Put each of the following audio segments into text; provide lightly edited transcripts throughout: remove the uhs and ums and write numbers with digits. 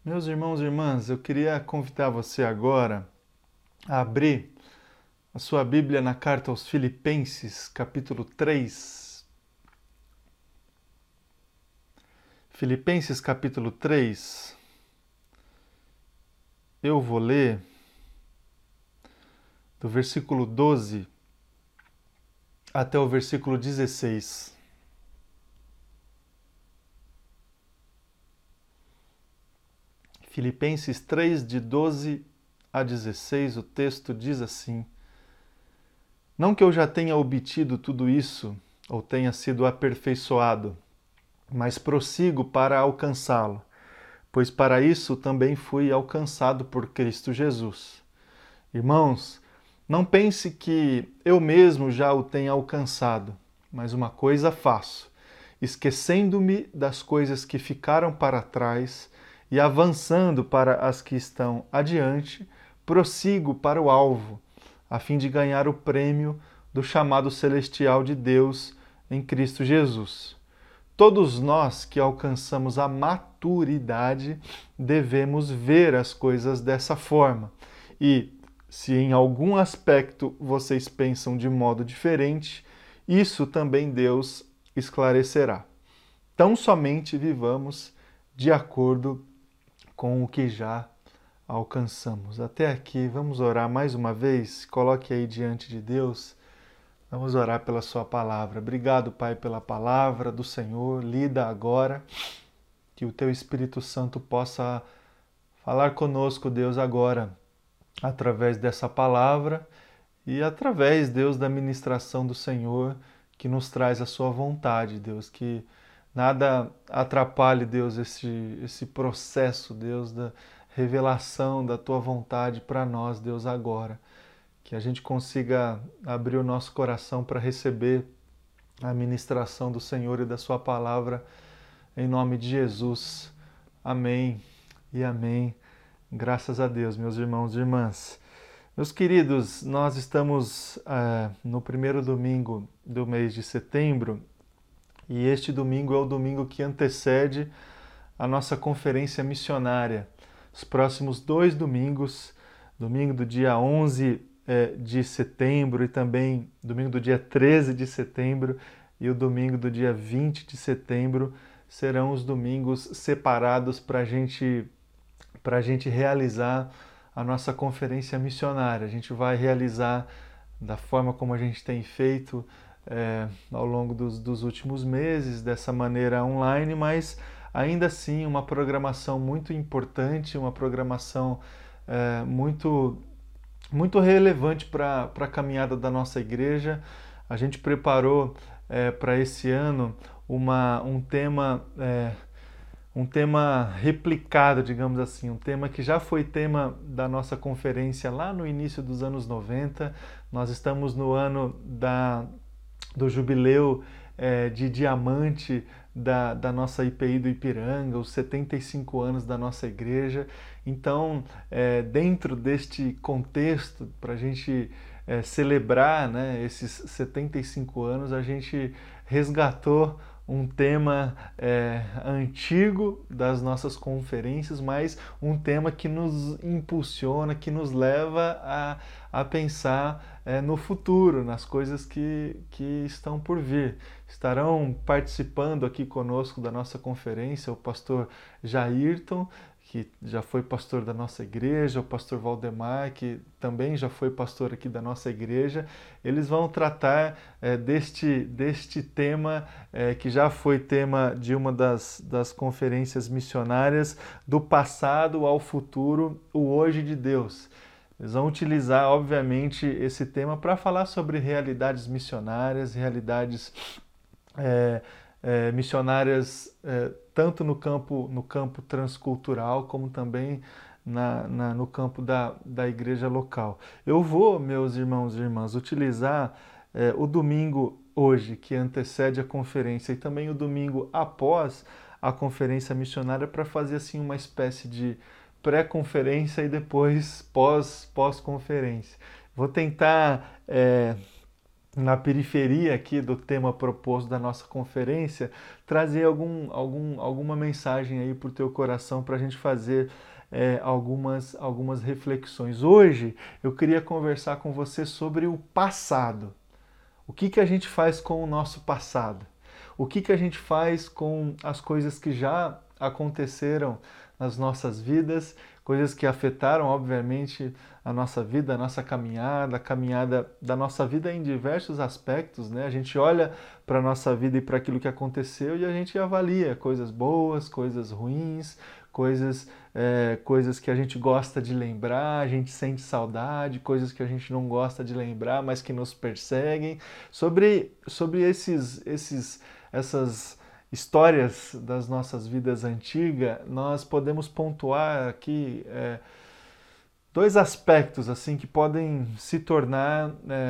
Meus irmãos e irmãs, eu queria convidar você agora a abrir a sua Bíblia na carta aos Filipenses, capítulo 3. Filipenses, capítulo 3. Eu vou ler do versículo 12 até o versículo 16. Filipenses 3, de 12 a 16, o texto diz assim: Não que eu já tenha obtido tudo isso, ou tenha sido aperfeiçoado, mas prossigo para alcançá-lo, pois para isso também fui alcançado por Cristo Jesus. Irmãos, não pense que eu mesmo já o tenha alcançado, mas uma coisa faço, esquecendo-me das coisas que ficaram para trás e avançando para as que estão adiante, prossigo para o alvo, a fim de ganhar o prêmio do chamado celestial de Deus em Cristo Jesus. Todos nós que alcançamos a maturidade devemos ver as coisas dessa forma. E, se em algum aspecto vocês pensam de modo diferente, isso também Deus esclarecerá. Tão somente vivamos de acordo com o que já alcançamos. Até aqui, vamos orar mais uma vez? Coloque aí diante de Deus. Vamos orar pela sua palavra. Obrigado, Pai, pela palavra do Senhor, lida agora. Que o teu Espírito Santo possa falar conosco, Deus, agora, através dessa palavra e através, Deus, da ministração do Senhor, que nos traz a sua vontade, Deus, que nada atrapalhe, Deus, esse processo, Deus, da revelação da tua vontade para nós, Deus, agora. Que a gente consiga abrir o nosso coração para receber a ministração do Senhor e da sua palavra, em nome de Jesus. Amém e amém. Graças a Deus, meus irmãos e irmãs. Meus queridos, nós estamos no primeiro domingo do mês de setembro e este domingo é o domingo que antecede a nossa conferência missionária. Os próximos 2 domingos, domingo do dia 11 de setembro e também domingo do dia 13 de setembro e o domingo do dia 20 de setembro, serão os domingos separados para a gente realizar a nossa conferência missionária. A gente vai realizar da forma como a gente tem feito ao longo dos últimos meses, dessa maneira online, mas ainda assim uma programação muito importante, uma programação muito relevante para a caminhada da nossa igreja. A gente preparou para esse ano um tema replicado, digamos assim, um tema que já foi tema da nossa conferência lá no início dos anos 90. Nós estamos no ano do jubileu de diamante da nossa IPI do Ipiranga, os 75 anos da nossa igreja. Então, dentro deste contexto, para a gente celebrar, né, esses 75 anos, a gente resgatou um tema antigo das nossas conferências, mas um tema que nos impulsiona, que nos leva a pensar no futuro, nas coisas que estão por vir. Estarão participando aqui conosco da nossa conferência o pastor Jairton, que já foi pastor da nossa igreja, o pastor Valdemar, que também já foi pastor aqui da nossa igreja. Eles vão tratar deste tema que já foi tema de uma das conferências missionárias, do passado ao futuro, o hoje de Deus. Eles vão utilizar, obviamente, esse tema para falar sobre realidades missionárias, realidades missionárias tanto no campo transcultural como também no campo da igreja local. Eu vou, meus irmãos e irmãs, utilizar o domingo hoje, que antecede a conferência, e também o domingo após a conferência missionária, para fazer assim uma espécie de pré-conferência e depois pós-conferência. Vou tentar na periferia aqui do tema proposto da nossa conferência, trazer alguma mensagem aí para o teu coração para a gente fazer algumas reflexões. Hoje eu queria conversar com você sobre o passado. O que que a gente faz com o nosso passado? O que que a gente faz com as coisas que já aconteceram nas nossas vidas, coisas que afetaram, obviamente, a nossa vida, a nossa caminhada, a caminhada da nossa vida em diversos aspectos, né? A gente olha para a nossa vida e para aquilo que aconteceu e a gente avalia coisas boas, coisas ruins, coisas que a gente gosta de lembrar, a gente sente saudade, coisas que a gente não gosta de lembrar, mas que nos perseguem. Sobre essas histórias das nossas vidas antigas, nós podemos pontuar aqui dois aspectos assim que podem se tornar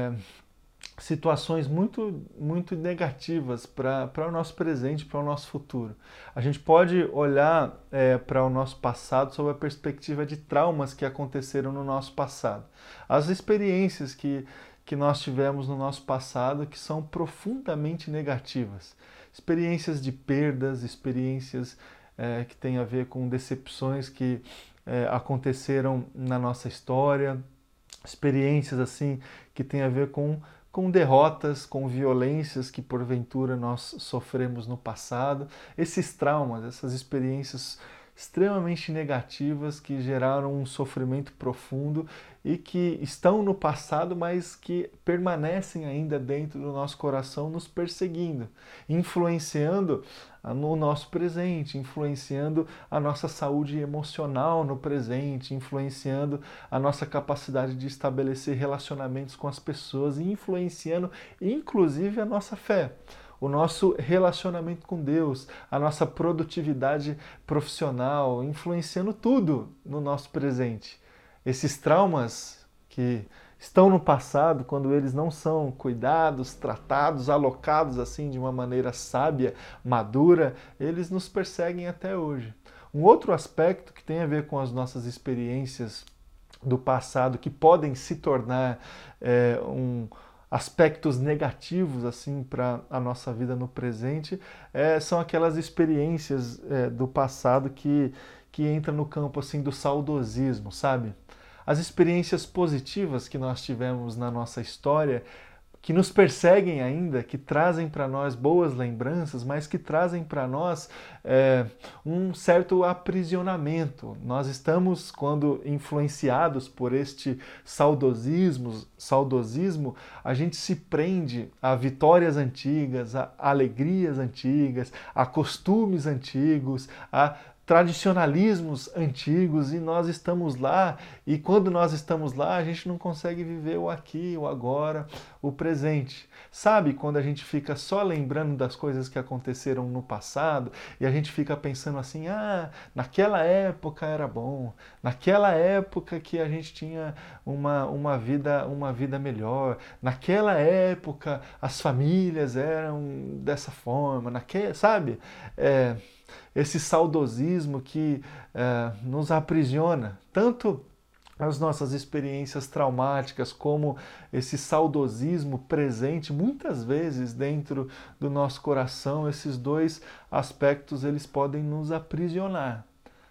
situações muito negativas para o nosso presente, para o nosso futuro. A gente pode olhar para o nosso passado sob a perspectiva de traumas que aconteceram no nosso passado. As experiências que nós tivemos no nosso passado que são profundamente negativas. Experiências de perdas, experiências que têm a ver com decepções que aconteceram na nossa história, experiências assim que têm a ver com derrotas, com violências que porventura nós sofremos no passado, esses traumas, essas experiências extremamente negativas que geraram um sofrimento profundo e que estão no passado, mas que permanecem ainda dentro do nosso coração, nos perseguindo, influenciando no nosso presente, influenciando a nossa saúde emocional no presente, influenciando a nossa capacidade de estabelecer relacionamentos com as pessoas e influenciando inclusive a nossa fé, o nosso relacionamento com Deus, a nossa produtividade profissional, influenciando tudo no nosso presente. Esses traumas que estão no passado, quando eles não são cuidados, tratados, alocados assim de uma maneira sábia, madura, eles nos perseguem até hoje. Um outro aspecto que tem a ver com as nossas experiências do passado, que podem se tornar aspectos negativos assim para a nossa vida no presente, são aquelas experiências do passado que entram no campo assim do saudosismo, sabe? As experiências positivas que nós tivemos na nossa história, que nos perseguem ainda, que trazem para nós boas lembranças, mas que trazem para nós um certo aprisionamento. Nós estamos, quando influenciados por este saudosismo, a gente se prende a vitórias antigas, a alegrias antigas, a costumes antigos, a tradicionalismos antigos e nós estamos lá e quando nós estamos lá a gente não consegue viver o aqui, o agora, o presente. Sabe quando a gente fica só lembrando das coisas que aconteceram no passado e a gente fica pensando assim, naquela época era bom, naquela época que a gente tinha uma vida melhor, naquela época as famílias eram dessa forma, sabe? Esse saudosismo que nos aprisiona, tanto as nossas experiências traumáticas, como esse saudosismo presente muitas vezes dentro do nosso coração, esses dois aspectos eles podem nos aprisionar.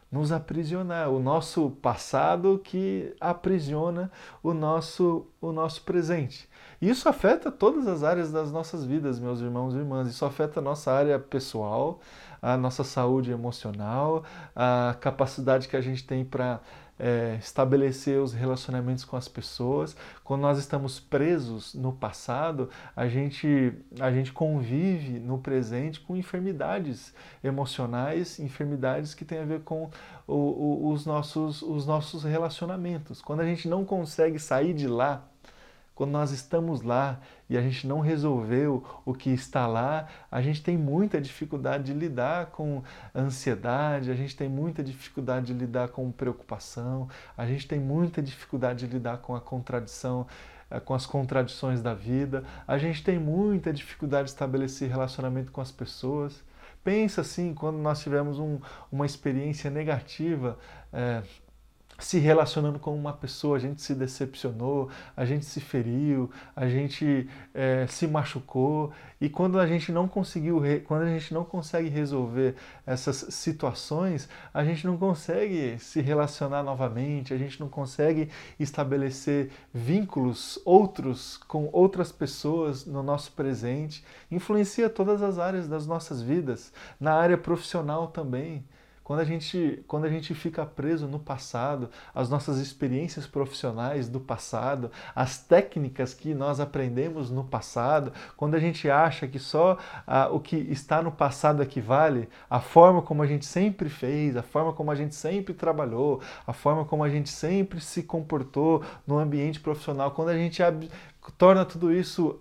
O nosso passado que aprisiona o nosso presente. Isso afeta todas as áreas das nossas vidas, meus irmãos e irmãs. Isso afeta a nossa área pessoal, a nossa saúde emocional, a capacidade que a gente tem para estabelecer os relacionamentos com as pessoas. Quando nós estamos presos no passado, a gente convive no presente com enfermidades emocionais, enfermidades que têm a ver com os nossos relacionamentos. Quando a gente não consegue sair de lá, quando nós estamos lá e a gente não resolveu o que está lá, a gente tem muita dificuldade de lidar com ansiedade, a gente tem muita dificuldade de lidar com preocupação, a gente tem muita dificuldade de lidar com a contradição, com as contradições da vida, a gente tem muita dificuldade de estabelecer relacionamento com as pessoas. Pensa assim, quando nós tivemos uma experiência negativa se relacionando com uma pessoa, a gente se decepcionou, a gente se feriu, a gente se machucou, e quando a gente não quando a gente não consegue resolver essas situações, a gente não consegue se relacionar novamente, a gente não consegue estabelecer vínculos outros com outras pessoas no nosso presente, influencia todas as áreas das nossas vidas, na área profissional também. Quando a gente fica preso no passado, as nossas experiências profissionais do passado, as técnicas que nós aprendemos no passado, quando a gente acha que só o que está no passado é que vale, a forma como a gente sempre fez, a forma como a gente sempre trabalhou, a forma como a gente sempre se comportou no ambiente profissional, quando a gente torna tudo isso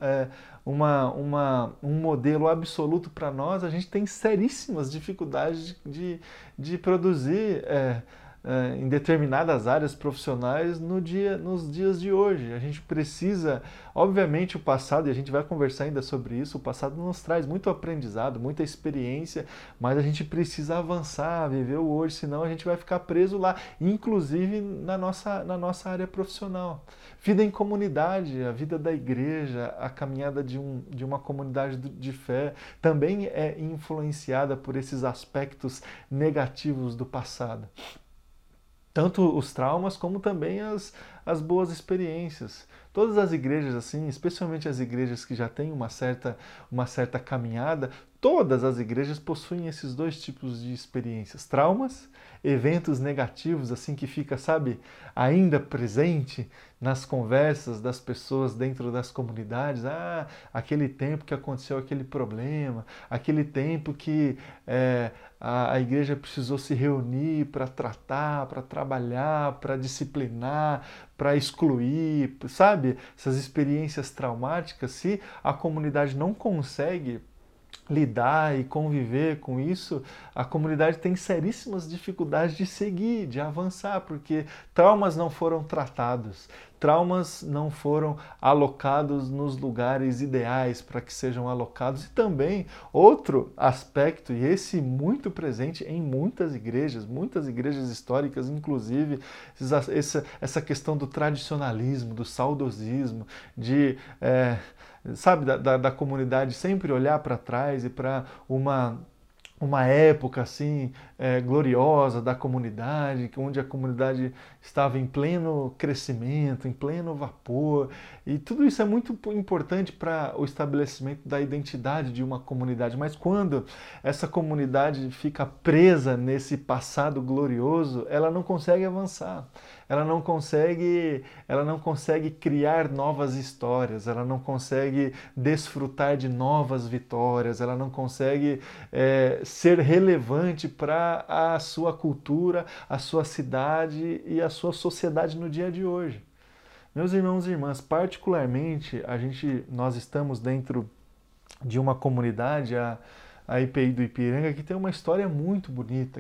um modelo absoluto para nós, a gente tem seríssimas dificuldades de produzir em determinadas áreas profissionais nos dias de hoje. A gente precisa, obviamente, o passado, e a gente vai conversar ainda sobre isso, o passado nos traz muito aprendizado, muita experiência, mas a gente precisa avançar, viver o hoje, senão a gente vai ficar preso lá, inclusive na nossa área profissional. Vida em comunidade, a vida da igreja, a caminhada de uma comunidade de fé também é influenciada por esses aspectos negativos do passado. Tanto os traumas como também as boas experiências. Todas as igrejas, assim, especialmente as igrejas que já têm uma certa caminhada, todas as igrejas possuem esses dois tipos de experiências. Traumas, eventos negativos, assim, que fica, sabe, ainda presente nas conversas das pessoas dentro das comunidades. Ah, aquele tempo que aconteceu aquele problema, aquele tempo que a igreja precisou se reunir para tratar, para trabalhar, para disciplinar, para excluir, sabe? Essas experiências traumáticas, se a comunidade não consegue lidar e conviver com isso, a comunidade tem seríssimas dificuldades de seguir, de avançar, porque traumas não foram tratados, traumas não foram alocados nos lugares ideais para que sejam alocados. E também outro aspecto, e esse muito presente em muitas igrejas históricas, inclusive essa questão do tradicionalismo, do saudosismo, sabe, da comunidade sempre olhar para trás e para uma época assim gloriosa da comunidade, onde a comunidade estava em pleno crescimento, em pleno vapor, e tudo isso é muito importante para o estabelecimento da identidade de uma comunidade. Mas quando essa comunidade fica presa nesse passado glorioso, ela não consegue avançar, ela não consegue criar novas histórias, ela não consegue desfrutar de novas vitórias, ela não consegue ser relevante para a sua cultura, a sua cidade e a sua sociedade no dia de hoje. Meus irmãos e irmãs, particularmente nós estamos dentro de uma comunidade, a IPI do Ipiranga, que tem uma história muito bonita,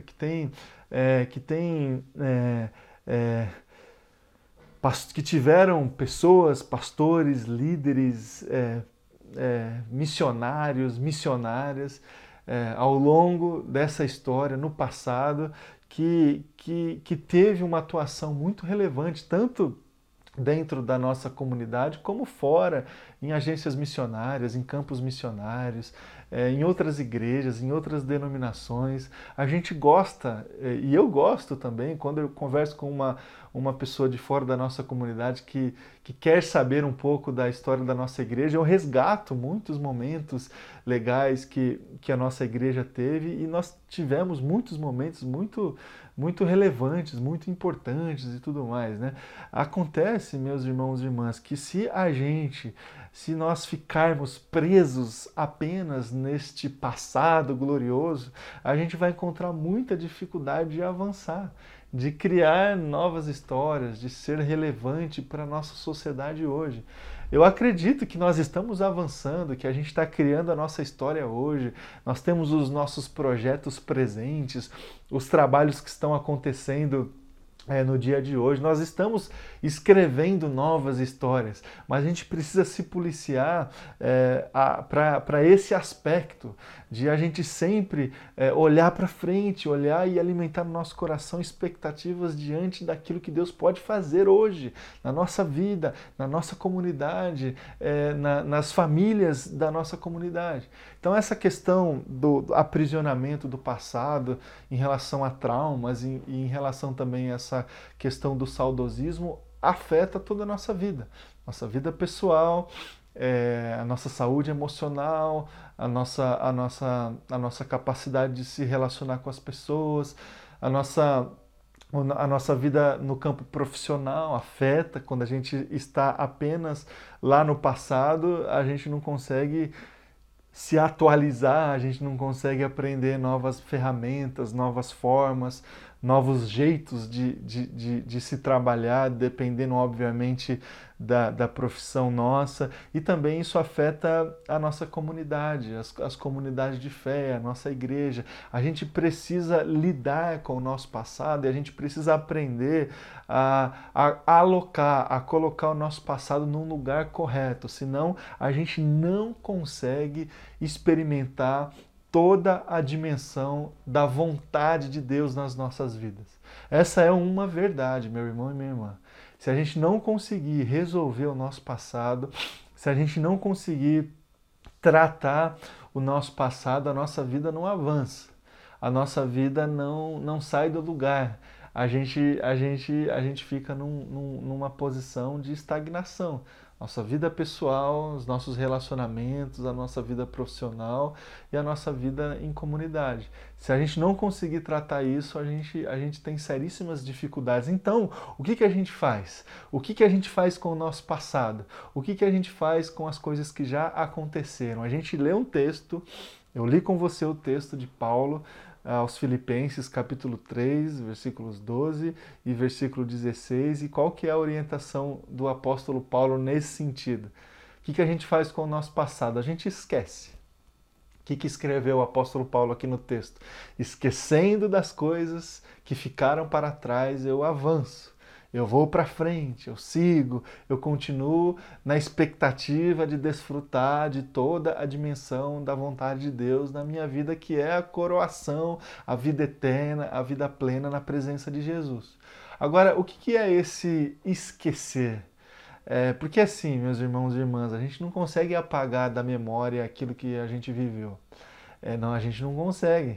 que tiveram pessoas, pastores, líderes, missionários, missionárias, ao longo dessa história, no passado, que teve uma atuação muito relevante, tanto dentro da nossa comunidade, como fora, em agências missionárias, em campos missionários, em outras igrejas, em outras denominações. A gente gosta, e eu gosto também, quando eu converso com uma pessoa de fora da nossa comunidade que quer saber um pouco da história da nossa igreja, eu resgato muitos momentos legais que a nossa igreja teve, e nós tivemos muitos momentos muito relevantes, muito importantes e tudo mais, né? Acontece, meus irmãos e irmãs, que se nós ficarmos presos apenas neste passado glorioso, a gente vai encontrar muita dificuldade de avançar, de criar novas histórias, de ser relevante para a nossa sociedade hoje. Eu acredito que nós estamos avançando, que a gente está criando a nossa história hoje, nós temos os nossos projetos presentes, os trabalhos que estão acontecendo no dia de hoje. Nós estamos escrevendo novas histórias, mas a gente precisa se policiar para esse aspecto de a gente sempre olhar para frente, olhar e alimentar no nosso coração expectativas diante daquilo que Deus pode fazer hoje, na nossa vida, na nossa comunidade, nas famílias da nossa comunidade. Então essa questão do aprisionamento do passado em relação a traumas e em relação também a essa questão do saudosismo afeta toda a nossa vida pessoal, a nossa saúde emocional, a nossa capacidade de se relacionar com as pessoas, a nossa vida no campo profissional afeta. Quando a gente está apenas lá no passado, a gente não consegue se atualizar, a gente não consegue aprender novas ferramentas, novas formas, novos jeitos de se trabalhar, dependendo, obviamente, da profissão nossa. E também isso afeta a nossa comunidade, as comunidades de fé, a nossa igreja. A gente precisa lidar com o nosso passado e a gente precisa aprender a alocar, a colocar o nosso passado num lugar correto, senão a gente não consegue experimentar toda a dimensão da vontade de Deus nas nossas vidas. Essa é uma verdade, meu irmão e minha irmã. Se a gente não conseguir resolver o nosso passado, se a gente não conseguir tratar o nosso passado, a nossa vida não avança. A nossa vida não sai do lugar. A gente fica numa posição de estagnação. Nossa vida pessoal, os nossos relacionamentos, a nossa vida profissional e a nossa vida em comunidade. Se a gente não conseguir tratar isso, a gente tem seríssimas dificuldades. Então, o que a gente faz? O que a gente faz com o nosso passado? O que a gente faz com as coisas que já aconteceram? A gente lê um texto, eu li com você o texto de Paulo, aos Filipenses, capítulo 3, versículos 12 e versículo 16, e qual que é a orientação do apóstolo Paulo nesse sentido? O que a gente faz com o nosso passado? A gente esquece. O que escreveu o apóstolo Paulo aqui no texto? Esquecendo das coisas que ficaram para trás, eu avanço. Eu vou para frente, eu sigo, eu continuo na expectativa de desfrutar de toda a dimensão da vontade de Deus na minha vida, que é a coroação, a vida eterna, a vida plena na presença de Jesus. Agora, o que é esse esquecer? Porque assim, meus irmãos e irmãs, a gente não consegue apagar da memória aquilo que a gente viveu. Não, a gente não consegue.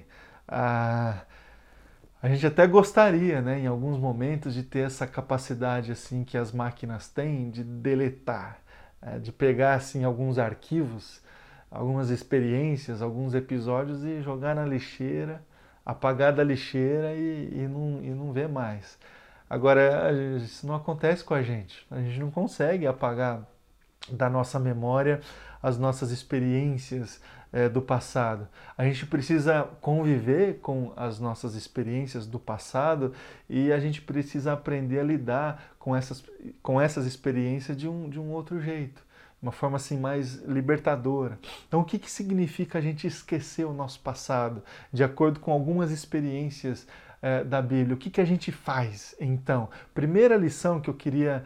A gente até gostaria, né, em alguns momentos, de ter essa capacidade assim que as máquinas têm de deletar, de pegar assim alguns arquivos, algumas experiências, alguns episódios e jogar na lixeira, apagar da lixeira e não ver mais. Agora, isso não acontece com a gente não consegue apagar da nossa memória as nossas experiências do passado. A gente precisa conviver com as nossas experiências do passado e a gente precisa aprender a lidar com essas experiências de um outro jeito, uma forma assim mais libertadora. Então, o que significa a gente esquecer o nosso passado? De acordo com algumas experiências da Bíblia, o que a gente faz então? Primeira lição que eu queria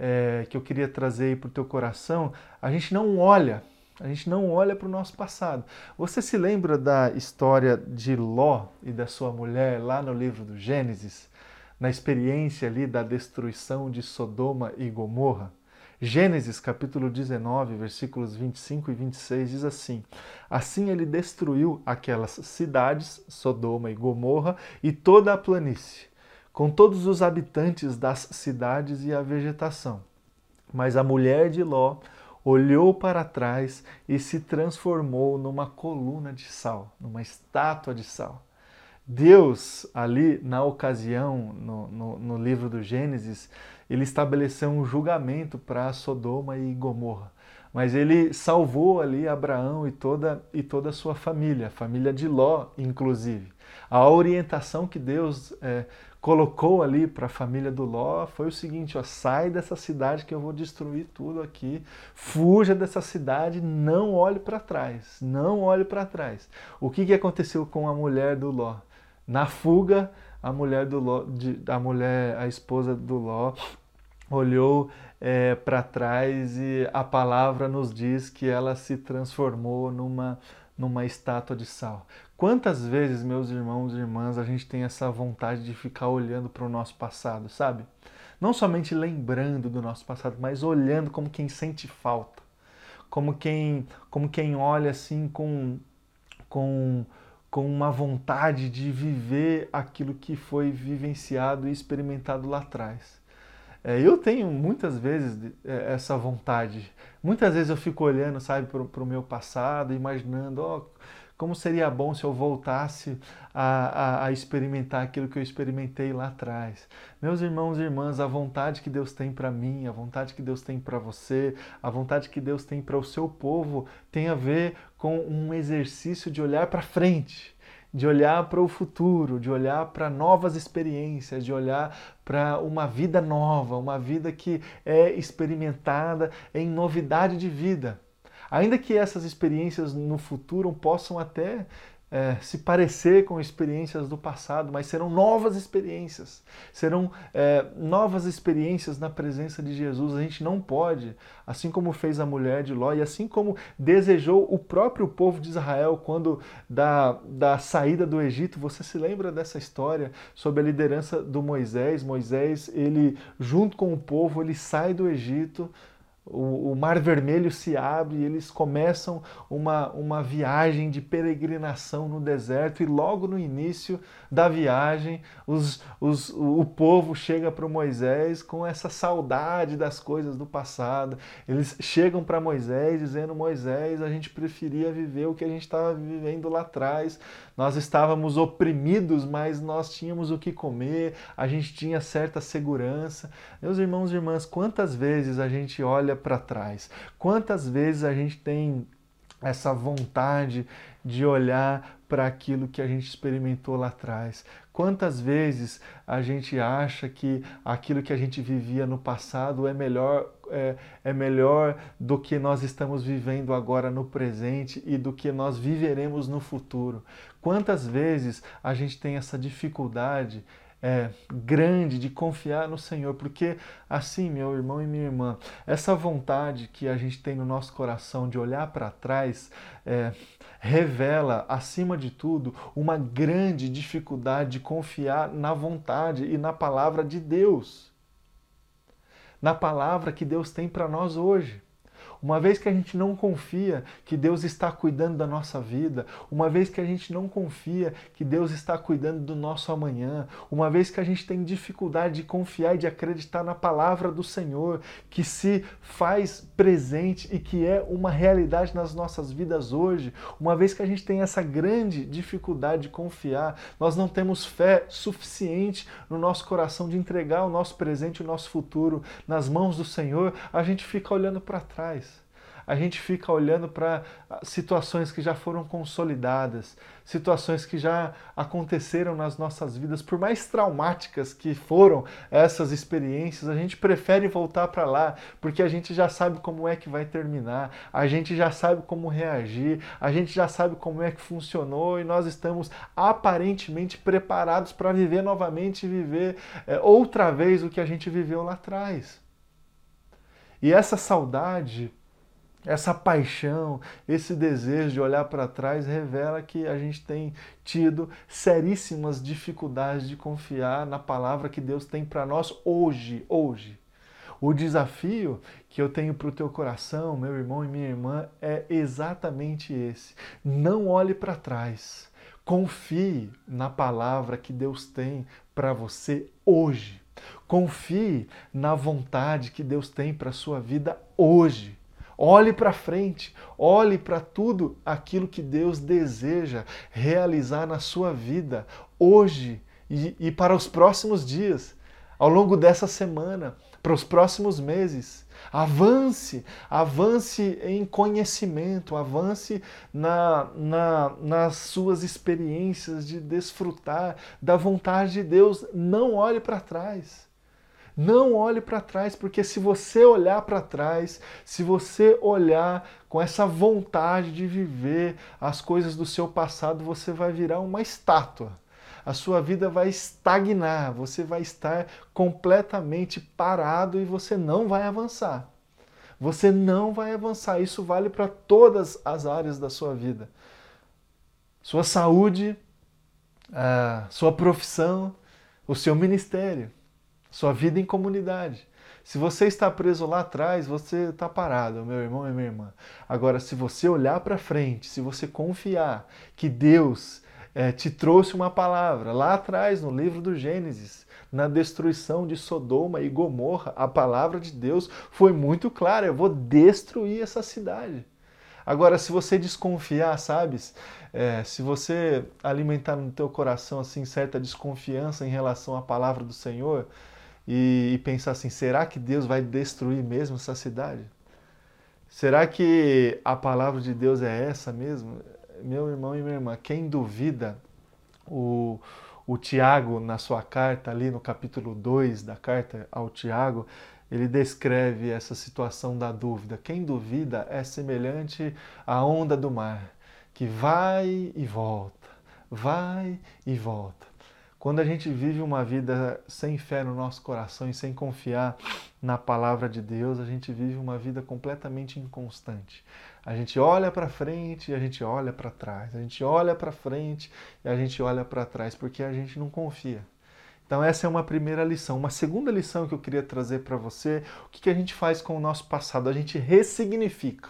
trazer para o teu coração: a gente não olha para o nosso passado. Você se lembra da história de Ló e da sua mulher lá no livro do Gênesis, na experiência ali da destruição de Sodoma e Gomorra? Gênesis capítulo 19, versículos 25 e 26 diz assim: Assim ele destruiu aquelas cidades, Sodoma e Gomorra, e toda a planície, com todos os habitantes das cidades e a vegetação. Mas a mulher de Ló olhou para trás e se transformou numa coluna de sal, numa estátua de sal. Deus, ali na ocasião, no livro do Gênesis, ele estabeleceu um julgamento para Sodoma e Gomorra. Mas ele salvou ali Abraão e toda a sua família, a família de Ló, inclusive. A orientação que Deus colocou ali para a família do Ló foi o seguinte: sai dessa cidade que eu vou destruir tudo aqui, fuja dessa cidade, não olhe para trás, não olhe para trás. O que aconteceu com a mulher do Ló? Na fuga, a mulher do Ló, a esposa do Ló, olhou para trás e a palavra nos diz que ela se transformou numa estátua de sal. Quantas vezes, meus irmãos e irmãs, a gente tem essa vontade de ficar olhando para o nosso passado, sabe? Não somente lembrando do nosso passado, mas olhando como quem sente falta, como quem olha assim com uma vontade de viver aquilo que foi vivenciado e experimentado lá atrás. Eu tenho muitas vezes essa vontade. Muitas vezes eu fico olhando, sabe, para o meu passado, imaginando, como seria bom se eu voltasse a experimentar aquilo que eu experimentei lá atrás. Meus irmãos e irmãs, a vontade que Deus tem para mim, a vontade que Deus tem para você, a vontade que Deus tem para o seu povo, tem a ver com um exercício de olhar para frente, de olhar para o futuro, de olhar para novas experiências, de olhar para uma vida nova, uma vida que é experimentada em novidade de vida. Ainda que essas experiências no futuro possam até se parecer com experiências do passado, mas serão novas experiências. Serão novas experiências na presença de Jesus. A gente não pode, assim como fez a mulher de Ló, e assim como desejou o próprio povo de Israel quando da saída do Egito. Você se lembra dessa história sob a liderança do Moisés? Moisés, ele junto com o povo, ele sai do Egito. O Mar Vermelho se abre e eles começam uma viagem de peregrinação no deserto, e logo no início da viagem o povo chega para Moisés com essa saudade das coisas do passado. Eles chegam para Moisés dizendo: Moisés, a gente preferia viver o que a gente estava vivendo lá atrás. Nós estávamos oprimidos, mas nós tínhamos o que comer, a gente tinha certa segurança. Meus irmãos e irmãs, quantas vezes a gente olha para trás? Quantas vezes a gente tem essa vontade de olhar para aquilo que a gente experimentou lá atrás? Quantas vezes a gente acha que aquilo que a gente vivia no passado é melhor do que nós estamos vivendo agora no presente e do que nós viveremos no futuro? Quantas vezes a gente tem essa dificuldade grande de confiar no Senhor? Porque assim, meu irmão e minha irmã, essa vontade que a gente tem no nosso coração de olhar para trás revela, acima de tudo, uma grande dificuldade de confiar na vontade e na palavra de Deus, na palavra que Deus tem para nós hoje. Uma vez que a gente não confia que Deus está cuidando da nossa vida, uma vez que a gente não confia que Deus está cuidando do nosso amanhã, uma vez que a gente tem dificuldade de confiar e de acreditar na palavra do Senhor, que se faz presente e que é uma realidade nas nossas vidas hoje, uma vez que a gente tem essa grande dificuldade de confiar, nós não temos fé suficiente no nosso coração de entregar o nosso presente e o nosso futuro nas mãos do Senhor, a gente fica olhando para trás. A gente fica olhando para situações que já foram consolidadas, situações que já aconteceram nas nossas vidas. Por mais traumáticas que foram essas experiências, a gente prefere voltar para lá, porque a gente já sabe como é que vai terminar, a gente já sabe como reagir, a gente já sabe como é que funcionou, e nós estamos aparentemente preparados para viver novamente, viver outra vez o que a gente viveu lá atrás. E essa saudade, essa paixão, esse desejo de olhar para trás revela que a gente tem tido seríssimas dificuldades de confiar na palavra que Deus tem para nós hoje. O desafio que eu tenho para o teu coração, meu irmão e minha irmã, é exatamente esse. Não olhe para trás. Confie na palavra que Deus tem para você hoje. Confie na vontade que Deus tem para a sua vida hoje. Olhe para frente, olhe para tudo aquilo que Deus deseja realizar na sua vida hoje e para os próximos dias, ao longo dessa semana, para os próximos meses. Avance em conhecimento, avance nas suas experiências de desfrutar da vontade de Deus. Não olhe para trás. Não olhe para trás, porque se você olhar para trás, se você olhar com essa vontade de viver as coisas do seu passado, você vai virar uma estátua. a sua vida vai estagnar, você vai estar completamente parado e você não vai avançar. Você não vai avançar. Isso vale para todas as áreas da sua vida. Sua saúde, a sua profissão, o seu ministério, sua vida em comunidade. Se você está preso lá atrás, você está parado, meu irmão e minha irmã. Agora, se você olhar para frente, se você confiar que Deus te trouxe uma palavra lá atrás, no livro do Gênesis, na destruição de Sodoma e Gomorra, a palavra de Deus foi muito clara: eu vou destruir essa cidade. Agora, se você desconfiar, sabes? Se você alimentar no teu coração assim certa desconfiança em relação à palavra do Senhor e pensar assim, será que Deus vai destruir mesmo essa cidade? Será que a palavra de Deus é essa mesmo? Meu irmão e minha irmã, quem duvida, o Tiago, na sua carta, ali no capítulo 2 da carta ao Tiago, ele descreve essa situação da dúvida. Quem duvida é semelhante à onda do mar, que vai e volta, vai e volta. Quando a gente vive uma vida sem fé no nosso coração e sem confiar na palavra de Deus, a gente vive uma vida completamente inconstante. A gente olha para frente e a gente olha para trás. A gente olha para frente e a gente olha para trás, porque a gente não confia. Então essa é uma primeira lição. Uma segunda lição que eu queria trazer para você: o que a gente faz com o nosso passado? A gente ressignifica.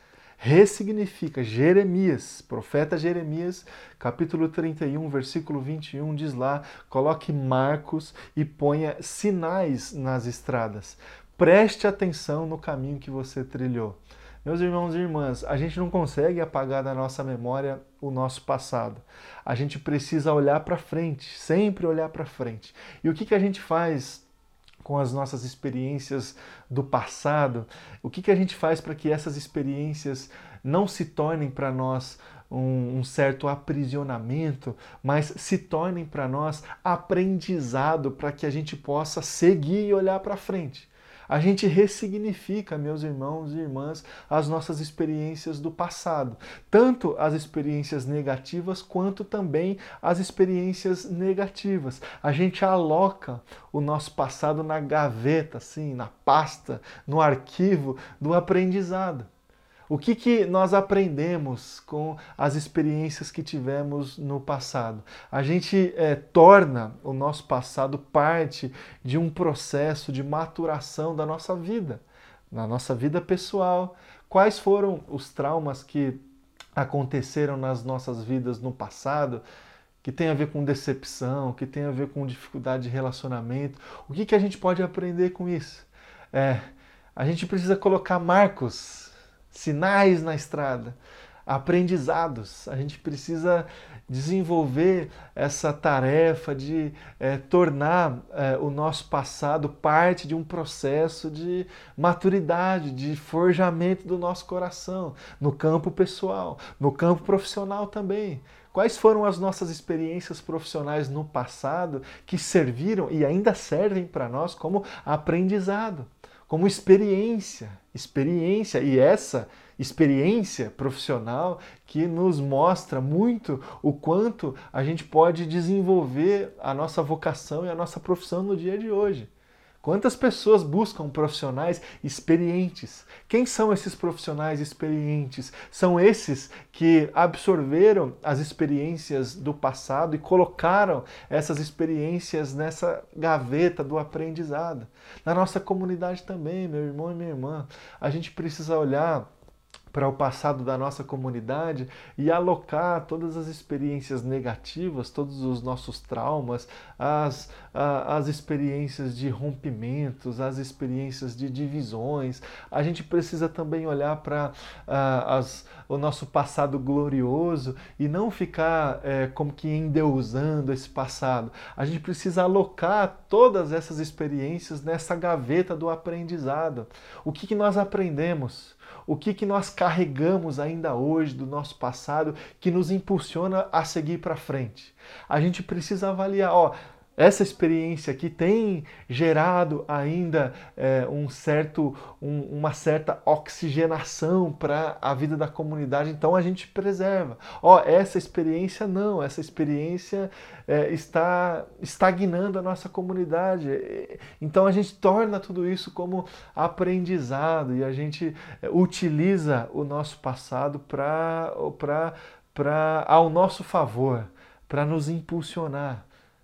Ressignifica. Jeremias, profeta Jeremias, capítulo 31, versículo 21, diz lá: coloque marcos e ponha sinais nas estradas. Preste atenção no caminho que você trilhou. Meus irmãos e irmãs, a gente não consegue apagar da nossa memória o nosso passado. A gente precisa olhar para frente, sempre olhar para frente. E o que a gente faz com as nossas experiências do passado? O que a gente faz para que essas experiências não se tornem para nós um certo aprisionamento, mas se tornem para nós aprendizado, para que a gente possa seguir e olhar para frente? A gente ressignifica, meus irmãos e irmãs, as nossas experiências do passado. Tanto as experiências negativas, quanto também as experiências negativas. A gente aloca o nosso passado na gaveta, assim, na pasta, no arquivo do aprendizado. O que nós aprendemos com as experiências que tivemos no passado? A gente torna o nosso passado parte de um processo de maturação da nossa vida, na nossa vida pessoal. Quais foram os traumas que aconteceram nas nossas vidas no passado, que tem a ver com decepção, que tem a ver com dificuldade de relacionamento? O que a gente pode aprender com isso? A gente precisa colocar marcos, sinais na estrada, aprendizados. A gente precisa desenvolver essa tarefa de tornar o nosso passado parte de um processo de maturidade, de forjamento do nosso coração, no campo pessoal, no campo profissional também. Quais foram as nossas experiências profissionais no passado que serviram e ainda servem para nós como aprendizado, como experiência, e essa experiência profissional que nos mostra muito o quanto a gente pode desenvolver a nossa vocação e a nossa profissão no dia de hoje. Quantas pessoas buscam profissionais experientes? Quem são esses profissionais experientes? São esses que absorveram as experiências do passado e colocaram essas experiências nessa gaveta do aprendizado. Na nossa comunidade também, meu irmão e minha irmã, a gente precisa olhar para o passado da nossa comunidade e alocar todas as experiências negativas, todos os nossos traumas, as experiências de rompimentos, as experiências de divisões. A gente precisa também olhar para o nosso passado glorioso e não ficar como que endeusando esse passado. A gente precisa alocar todas essas experiências nessa gaveta do aprendizado. O que nós aprendemos? O que nós carregamos ainda hoje do nosso passado que nos impulsiona a seguir para frente? A gente precisa avaliar, Essa experiência aqui tem gerado ainda uma certa oxigenação para a vida da comunidade, então a gente preserva. Essa experiência não, essa experiência está estagnando a nossa comunidade. Então a gente torna tudo isso como aprendizado e a gente utiliza o nosso passado ao nosso favor, para nos impulsionar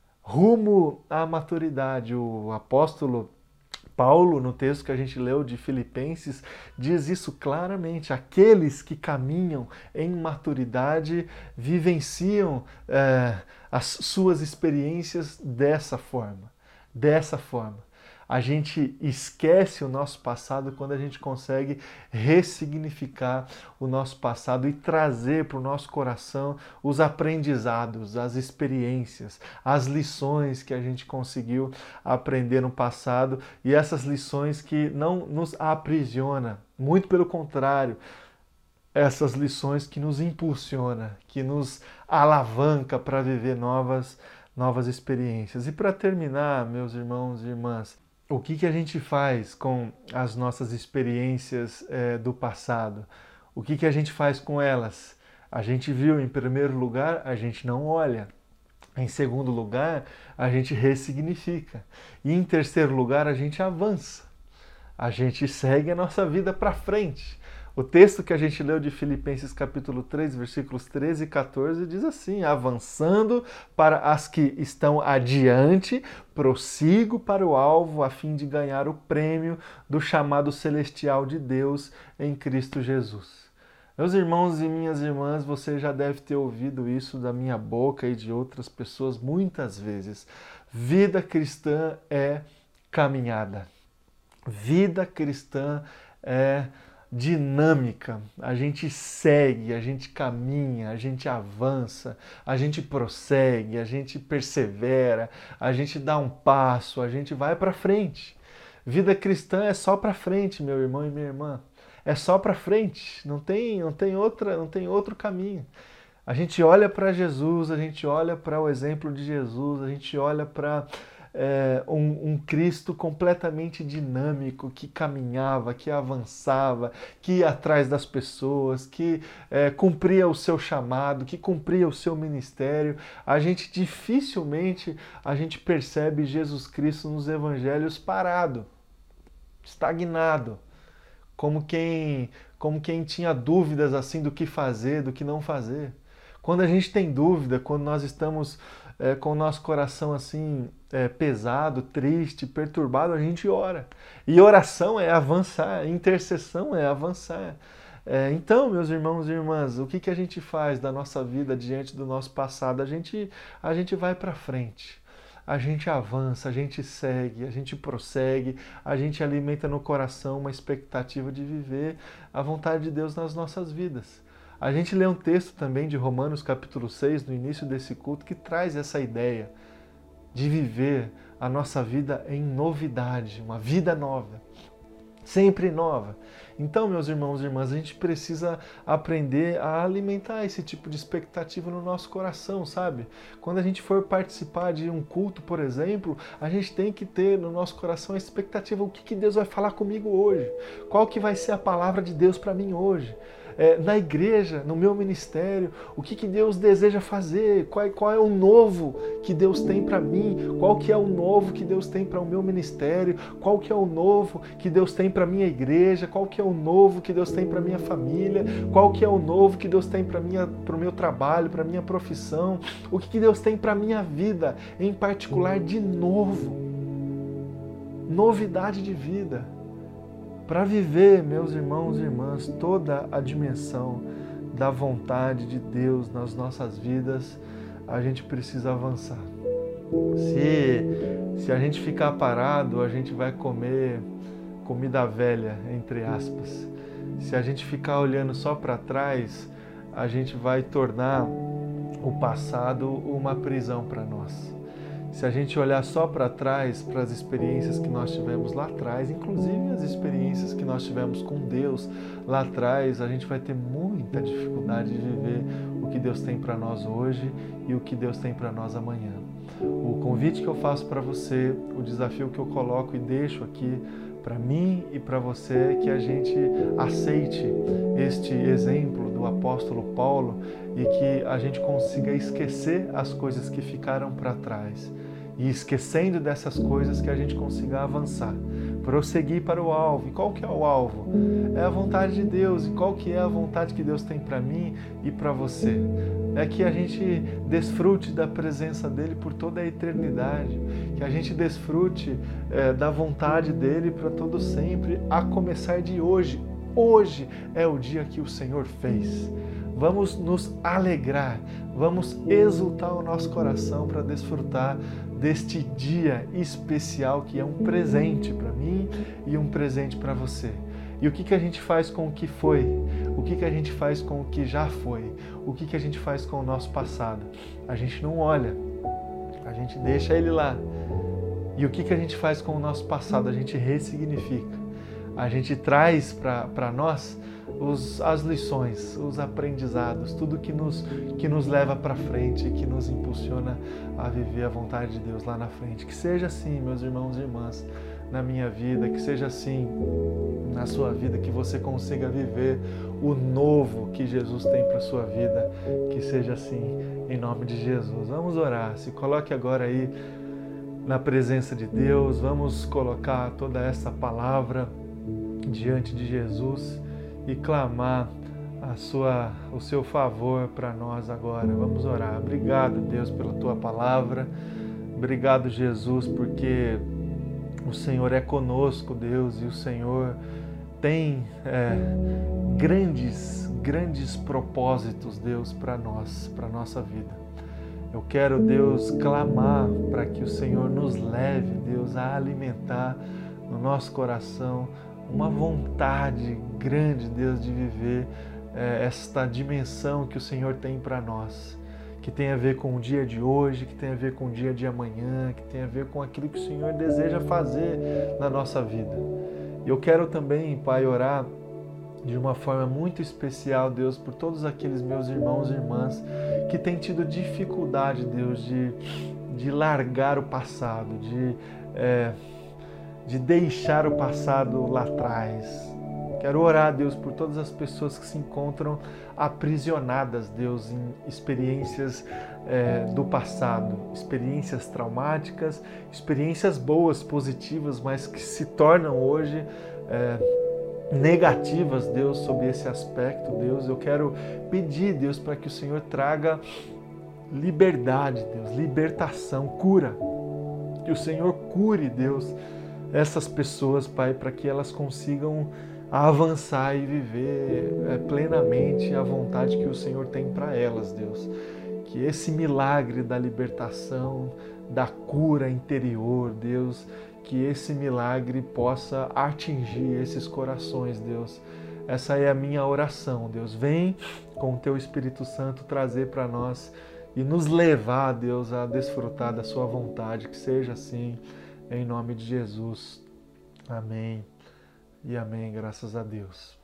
rumo à maturidade. O apóstolo Paulo, no texto que a gente leu de Filipenses, diz isso claramente. Aqueles que caminham em maturidade vivenciam as suas experiências dessa forma. Dessa forma. A gente esquece o nosso passado quando a gente consegue ressignificar o nosso passado e trazer para o nosso coração os aprendizados, as experiências, as lições que a gente conseguiu aprender no passado e essas lições que não nos aprisiona, muito pelo contrário, essas lições que nos impulsiona, que nos alavanca para viver novas experiências. E para terminar, meus irmãos e irmãs, o que a gente faz com as nossas experiências do passado? O que a gente faz com elas? A gente viu, em primeiro lugar, a gente não olha. Em segundo lugar, a gente ressignifica. E em terceiro lugar, a gente avança. A gente segue a nossa vida para frente. O texto que a gente leu de Filipenses capítulo 3, versículos 13 e 14 diz assim: avançando para as que estão adiante, prossigo para o alvo a fim de ganhar o prêmio do chamado celestial de Deus em Cristo Jesus. Meus irmãos e minhas irmãs, você já deve ter ouvido isso da minha boca e de outras pessoas muitas vezes. Vida cristã é caminhada. Vida cristã é dinâmica, a gente segue, a gente caminha, a gente avança, a gente prossegue, a gente persevera, a gente dá um passo, a gente vai para frente. Vida cristã é só para frente, meu irmão e minha irmã. É só para frente, não tem outro caminho. A gente olha para Jesus, a gente olha para o exemplo de Jesus, a gente olha para um Cristo completamente dinâmico, que caminhava, que avançava, que ia atrás das pessoas, que cumpria o seu chamado, que cumpria o seu ministério. A gente dificilmente percebe Jesus Cristo nos evangelhos parado, estagnado, como quem tinha dúvidas assim do que fazer, do que não fazer. Quando a gente tem dúvida, quando nós estamos com o nosso coração assim pesado, triste, perturbado, a gente ora. E oração é avançar, intercessão é avançar. Então, meus irmãos e irmãs, o que a gente faz da nossa vida diante do nosso passado? A gente vai para frente. A gente avança, a gente segue, a gente prossegue, a gente alimenta no coração uma expectativa de viver a vontade de Deus nas nossas vidas. A gente lê um texto também de Romanos capítulo 6, no início desse culto, que traz essa ideia de viver a nossa vida em novidade, uma vida nova, sempre nova. Então, meus irmãos e irmãs, a gente precisa aprender a alimentar esse tipo de expectativa no nosso coração, sabe? Quando a gente for participar de um culto, por exemplo, a gente tem que ter no nosso coração a expectativa: o que Deus vai falar comigo hoje? Qual que vai ser a palavra de Deus para mim hoje? Na igreja, no meu ministério, o que Deus deseja fazer, qual é o novo que Deus tem para mim, qual que é o novo que Deus tem para o meu ministério, qual que é o novo que Deus tem para a minha igreja, qual que é o novo que Deus tem para a minha família, qual que é o novo que Deus tem para o meu trabalho, para a minha profissão, o que Deus tem para a minha vida, em particular de novo, novidade de vida. Para viver, meus irmãos e irmãs, toda a dimensão da vontade de Deus nas nossas vidas, a gente precisa avançar. Se a gente ficar parado, a gente vai comer comida velha, entre aspas. Se a gente ficar olhando só para trás, a gente vai tornar o passado uma prisão para nós. Se a gente olhar só para trás, para as experiências que nós tivemos lá atrás, inclusive as experiências que nós tivemos com Deus lá atrás, a gente vai ter muita dificuldade de viver o que Deus tem para nós hoje e o que Deus tem para nós amanhã. O convite que eu faço para você, o desafio que eu coloco e deixo aqui para mim e para você é que a gente aceite este exemplo do apóstolo Paulo e que a gente consiga esquecer as coisas que ficaram para trás. E esquecendo dessas coisas que a gente consiga avançar, prosseguir para o alvo. E qual que é o alvo? É a vontade de Deus. E qual que é a vontade que Deus tem para mim e para você? É que a gente desfrute da presença dEle por toda a eternidade, que a gente desfrute da vontade dEle para todo sempre, a começar de hoje. Hoje é o dia que o Senhor fez. Vamos nos alegrar, vamos exultar o nosso coração para desfrutar deste dia especial que é um presente para mim e um presente para você. E o que a gente faz com o que foi? O que a gente faz com o que já foi? O que a gente faz com o nosso passado? A gente não olha, a gente deixa ele lá. E o que a gente faz com o nosso passado? A gente ressignifica. A gente traz para nós as lições, os aprendizados, tudo que nos leva para frente, que nos impulsiona a viver a vontade de Deus lá na frente. Que seja assim, meus irmãos e irmãs, na minha vida, que seja assim na sua vida, que você consiga viver o novo que Jesus tem para a sua vida, que seja assim em nome de Jesus. Vamos orar, se coloque agora aí na presença de Deus, vamos colocar toda essa palavra diante de Jesus e clamar o seu favor para nós agora. Vamos orar. Obrigado, Deus, pela tua palavra. Obrigado, Jesus, porque o Senhor é conosco, Deus, e o Senhor tem grandes propósitos, Deus, para nós, para a nossa vida. Eu quero, Deus, clamar para que o Senhor nos leve, Deus, a alimentar no nosso coração uma vontade grande, Deus, de viver esta dimensão que o Senhor tem para nós, que tem a ver com o dia de hoje, que tem a ver com o dia de amanhã, que tem a ver com aquilo que o Senhor deseja fazer na nossa vida. E eu quero também, Pai, orar de uma forma muito especial, Deus, por todos aqueles meus irmãos e irmãs que têm tido dificuldade, Deus, de largar o passado, de deixar o passado lá atrás. Quero orar, Deus, por todas as pessoas que se encontram aprisionadas, Deus, em experiências do passado, experiências traumáticas, experiências boas, positivas, mas que se tornam hoje negativas, Deus, sobre esse aspecto, Deus. Eu quero pedir, Deus, para que o Senhor traga liberdade, Deus, libertação, cura. Que o Senhor cure, Deus, essas pessoas, Pai, para que elas consigam avançar e viver plenamente a vontade que o Senhor tem para elas, Deus. Que esse milagre da libertação, da cura interior, Deus, que esse milagre possa atingir esses corações, Deus. Essa é a minha oração, Deus. Vem com o Teu Espírito Santo trazer para nós e nos levar, Deus, a desfrutar da Sua vontade. Que seja assim, em nome de Jesus. Amém e amém, graças a Deus.